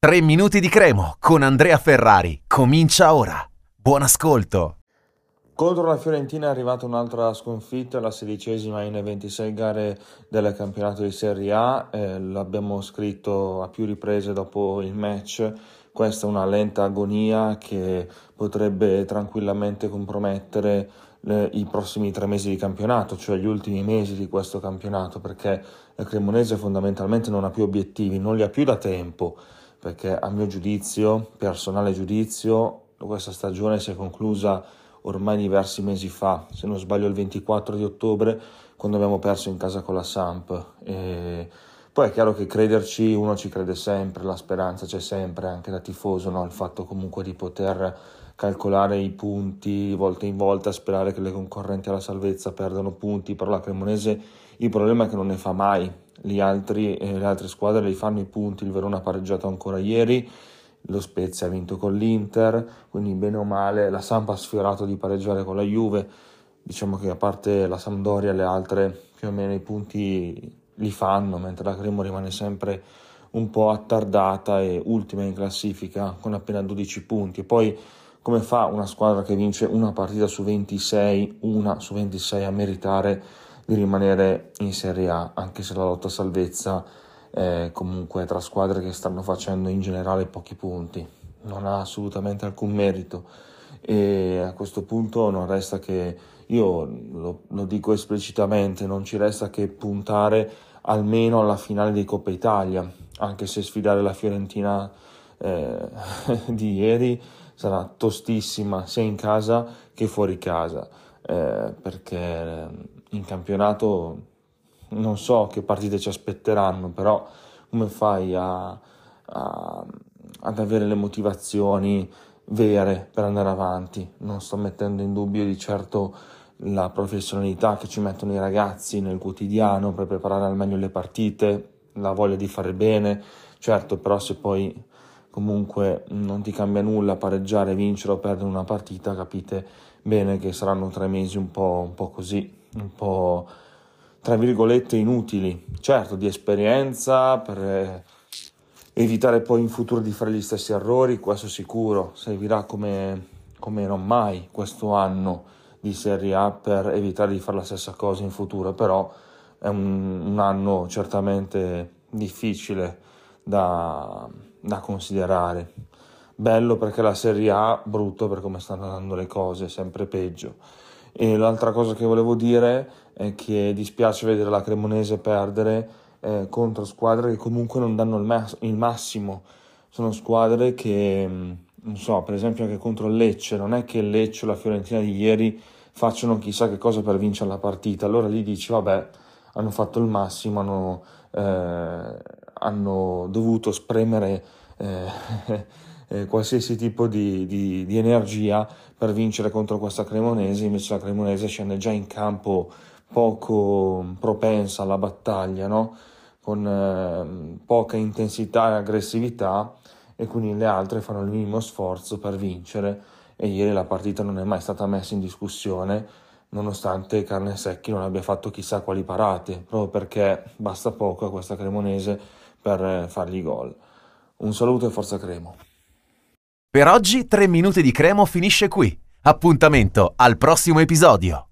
3 minuti di Cremo con Andrea Ferrari. Comincia ora. Buon ascolto. Contro la Fiorentina è arrivata un'altra sconfitta, la 16ª in 26 gare del campionato di Serie A. L'abbiamo scritto a più riprese dopo il match. Questa è una lenta agonia che potrebbe tranquillamente compromettere i prossimi 3 mesi di campionato, cioè gli ultimi mesi di questo campionato, perché la Cremonese fondamentalmente non ha più obiettivi, non li ha più da tempo, perché a mio giudizio, personale giudizio, questa stagione si è conclusa ormai diversi mesi fa, se non sbaglio il 24 di ottobre, quando abbiamo perso in casa con la Samp. E poi è chiaro che crederci, uno ci crede sempre, la speranza c'è sempre anche da tifoso, no? Il fatto comunque di poter calcolare i punti di volta in volta, sperare che le concorrenti alla salvezza perdano punti, però la Cremonese il problema è che non ne fa mai. Le altre squadre li fanno i punti, il Verona ha pareggiato ancora ieri, lo Spezia ha vinto con l'Inter, quindi bene o male la Samp ha sfiorato di pareggiare con la Juve. Diciamo che a parte la Sampdoria le altre più o meno i punti li fanno, mentre la Cremo rimane sempre un po' attardata e ultima in classifica con appena 12 punti. E poi come fa una squadra che vince una partita su 26, una su 26 a meritare di rimanere in Serie A, anche se la lotta a salvezza è comunque tra squadre che stanno facendo in generale pochi punti, non ha assolutamente alcun merito. E a questo punto non resta che, io lo dico esplicitamente, non ci resta che puntare almeno alla finale di Coppa Italia, anche se sfidare la Fiorentina di ieri sarà tostissima sia in casa che fuori casa, perché in campionato non so che partite ci aspetteranno, però come fai ad avere le motivazioni vere per andare avanti? Non sto mettendo in dubbio di certo la professionalità che ci mettono i ragazzi nel quotidiano per preparare al meglio le partite, la voglia di fare bene, certo, però se poi comunque non ti cambia nulla pareggiare, vincere o perdere una partita, capite bene che saranno 3 mesi un po' così, un po' tra virgolette inutili, certo di esperienza per evitare poi in futuro di fare gli stessi errori, questo sicuro, servirà come non mai questo anno di Serie A per evitare di fare la stessa cosa in futuro, però è un anno certamente difficile da considerare. Bello perché la Serie A, brutto per come stanno andando le cose, sempre peggio. E l'altra cosa che volevo dire è che dispiace vedere la Cremonese perdere contro squadre che comunque non danno il massimo. Sono squadre che, non so, per esempio anche contro il Lecce, non è che il Lecce o la Fiorentina di ieri facciano chissà che cosa per vincere la partita. Allora lì dici, vabbè, hanno fatto il massimo, hanno dovuto spremere qualsiasi tipo di energia per vincere contro questa Cremonese. Invece la Cremonese scende già in campo poco propensa alla battaglia, no? Con poca intensità e aggressività, e quindi le altre fanno il minimo sforzo per vincere, e ieri la partita non è mai stata messa in discussione nonostante Carnesecchi non abbia fatto chissà quali parate, proprio perché basta poco a questa Cremonese per fargli gol. Un saluto e forza Cremo. Per oggi 3 minuti di Cremo finisce qui. Appuntamento al prossimo episodio.